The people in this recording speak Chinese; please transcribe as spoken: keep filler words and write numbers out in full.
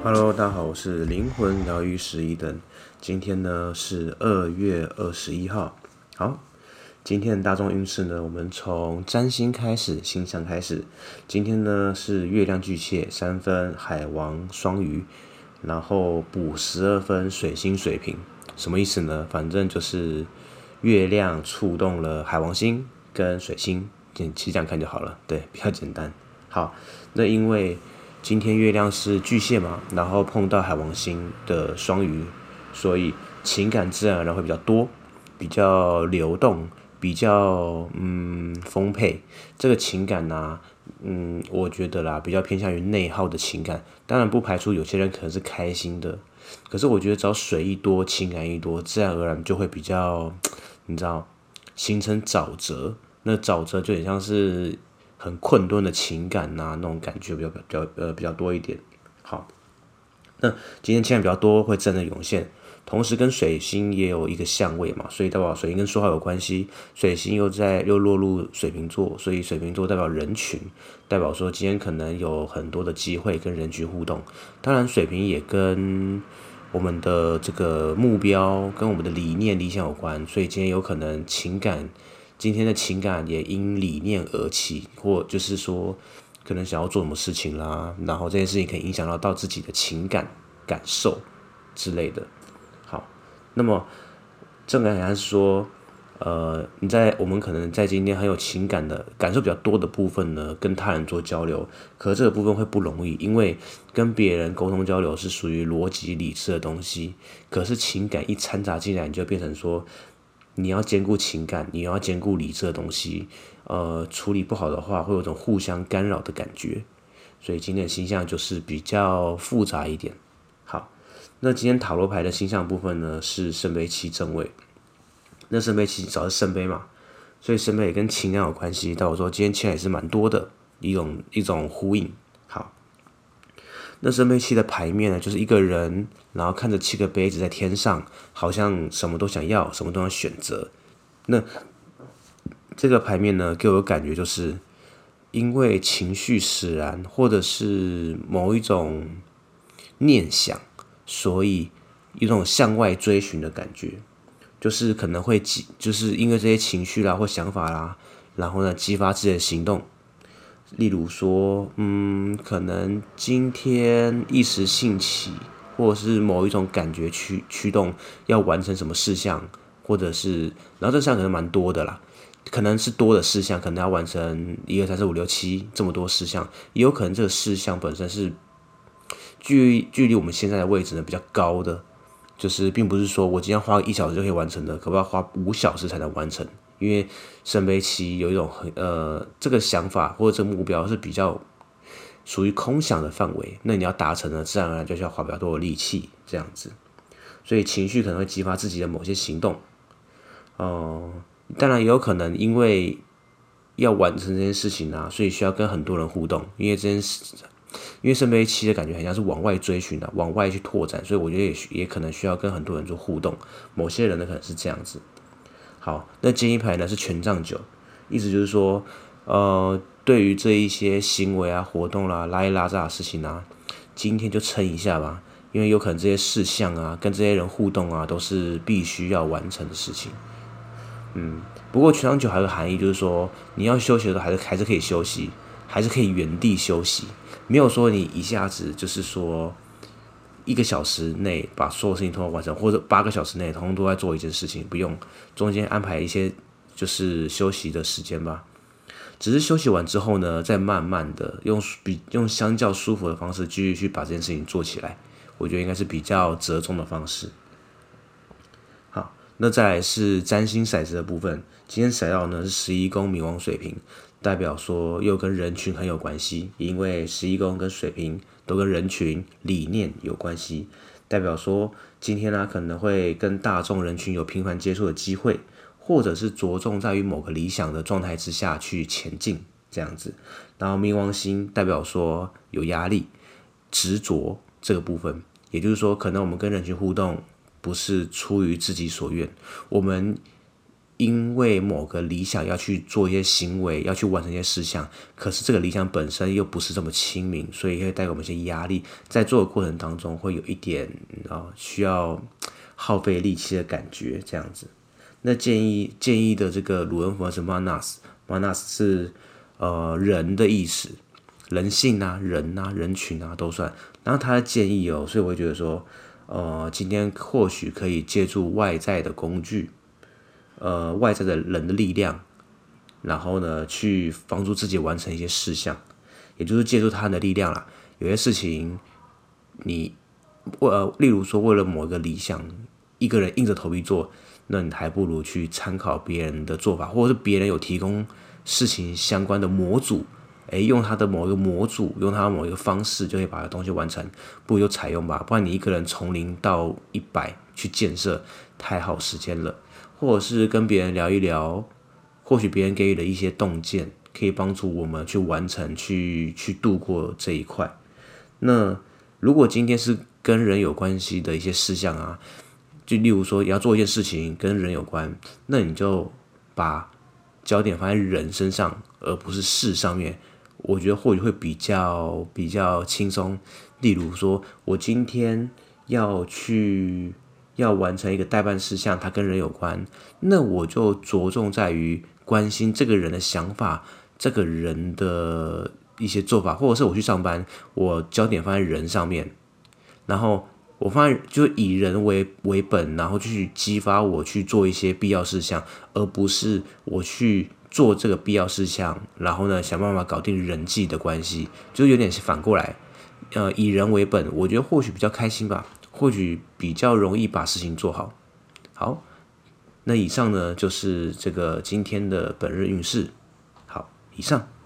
Hello，大家好，我是灵魂疗愈师一灯。今天呢是二月二十一号。好，今天的大众运势呢，我们从占星开始，星象开始。今天呢是月亮巨蟹三分，海王双鱼，然后补十二分，水星水瓶。什么意思呢？反正就是月亮触动了海王星跟水星，其实这样看就好了，对，比较简单。好，那因为今天月亮是巨蟹嘛，然后碰到海王星的双鱼，所以情感自然而然会比较多，比较流动，比较嗯丰沛。这个情感呢、啊，嗯，我觉得啦，比较偏向于内耗的情感。当然不排除有些人可能是开心的，可是我觉得只要水一多，情感一多，自然而然就会比较，你知道，形成沼泽。那沼泽就很像是很困顿的情感呐、啊，那种感觉比较比较呃比较多一点。好，那今天情感比较多，会自然的涌现，同时跟水星也有一个相位嘛，所以代表水星跟说话有关系。水星又在又落入水瓶座，所以水瓶座代表人群，代表说今天可能有很多的机会跟人群互动。当然，水瓶也跟我们的这个目标跟我们的理念理想有关，所以今天有可能情感。今天的情感也因理念而起，或就是说，可能想要做什么事情啦，然后这件事情可以影响到到自己的情感感受之类的。好，那么正感还是说，呃，你在我们可能在今天很有情感的感受比较多的部分呢，跟他人做交流，可是这个部分会不容易，因为跟别人沟通交流是属于逻辑理智的东西，可是情感一掺杂进来，你就变成说。你要兼顾情感，你要兼顾理智的东西，呃，处理不好的话，会有种互相干扰的感觉。所以今天的星象就是比较复杂一点。好，那今天塔罗牌的星象部分呢是圣杯七正位。那圣杯七主要是圣杯嘛，所以圣杯也跟情感有关系。但我说今天情感也是蛮多的一种一种呼应。好。那圣杯七的牌面呢，就是一个人，然后看着七个杯子在天上，好像什么都想要，什么都想选择。那这个牌面呢，给我的感觉就是，因为情绪使然，或者是某一种念想，所以一种向外追寻的感觉，就是可能会激，就是因为这些情绪啦或想法啦，然后呢激发自己的行动。例如说，嗯，可能今天一时兴起，或者是某一种感觉驱驱动要完成什么事项，或者是，然后这事项可能蛮多的啦，可能是多的事项，可能要完成一二三四五六七这么多事项，也有可能这个事项本身是距距离我们现在的位置呢比较高的，就是并不是说我今天花一小时就可以完成的，可不要花五小时才能完成。因为圣杯七有一种很呃这个想法或者这个目标是比较属于空想的范围，那你要达成呢，自然而然就需要花比较多的力气这样子，所以情绪可能会激发自己的某些行动。哦、呃，当然也有可能因为要完成这件事情啊，所以需要跟很多人互动，因为这件事。因为圣杯七的感觉很像是往外追寻的，往外去拓展，所以我觉得也也可能需要跟很多人做互动。某些人呢可能是这样子。好，那建议牌呢是权杖九，意思就是说，呃，对于这一些行为啊、活动啦、啊、拉一拉杂的事情啊，今天就撑一下吧，因为有可能这些事项啊、跟这些人互动啊，都是必须要完成的事情。嗯，不过权杖九还有个含义，就是说你要休息的时候，还是还是可以休息，还是可以原地休息，没有说你一下子就是说。一个小时内把所有事情通通完成，或者八个小时内通通都在做一件事情，不用中间安排一些就是休息的时间吧。只是休息完之后呢，再慢慢的用比用相较舒服的方式继续去把这件事情做起来，我觉得应该是比较折中的方式。好，那再来是占星骰子的部分，今天骰到呢是十一宫冥王水瓶，代表说又跟人群很有关系，因为十一宫跟水瓶都跟人群理念有关系，代表说今天呢、啊、可能会跟大众人群有频繁接触的机会，或者是着重在于某个理想的状态之下去前进这样子。然后冥王星代表说有压力、执着这个部分，也就是说可能我们跟人群互动不是出于自己所愿，我们因为某个理想要去做一些行为，要去完成一些事项，可是这个理想本身又不是这么亲民，所以会带给我们一些压力，在做的过程当中会有一点啊需要耗费力气的感觉，这样子。那建议建议的这个鲁恩符号是 manas，manas 是呃人的意思，人性啊、人啊、人群啊都算。然后他的建议哦，所以我会觉得说，呃，今天或许可以借助外在的工具。呃，外在的人的力量，然后呢，去帮助自己完成一些事项，也就是借助他人的力量啦。有些事情你，呃，例如说为了某一个理想，一个人硬着头皮做，那你还不如去参考别人的做法，或者是别人有提供事情相关的模组，哎，用他的某一个模组，用他的某一个方式，就可以把东西完成，不如就采用吧。不然你一个人从零到一百去建设，太耗时间了。或者是跟别人聊一聊，或许别人给予的一些洞见，可以帮助我们去完成、去去度过这一块。那如果今天是跟人有关系的一些事项啊，就例如说你要做一件事情跟人有关，那你就把焦点放在人身上，而不是事上面。我觉得或许会比较比较轻松。例如说，我今天要去。要完成一个代办事项，它跟人有关，那我就着重在于关心这个人的想法，这个人的一些做法，或者是我去上班，我焦点放在人上面，然后我放在就以人为为本，然后去激发我去做一些必要事项，而不是我去做这个必要事项，然后呢想办法搞定人际的关系，就有点反过来，呃，以人为本，我觉得或许比较开心吧。或许比较容易把事情做好。好，那以上呢就是这个今天的本日运势。好，以上。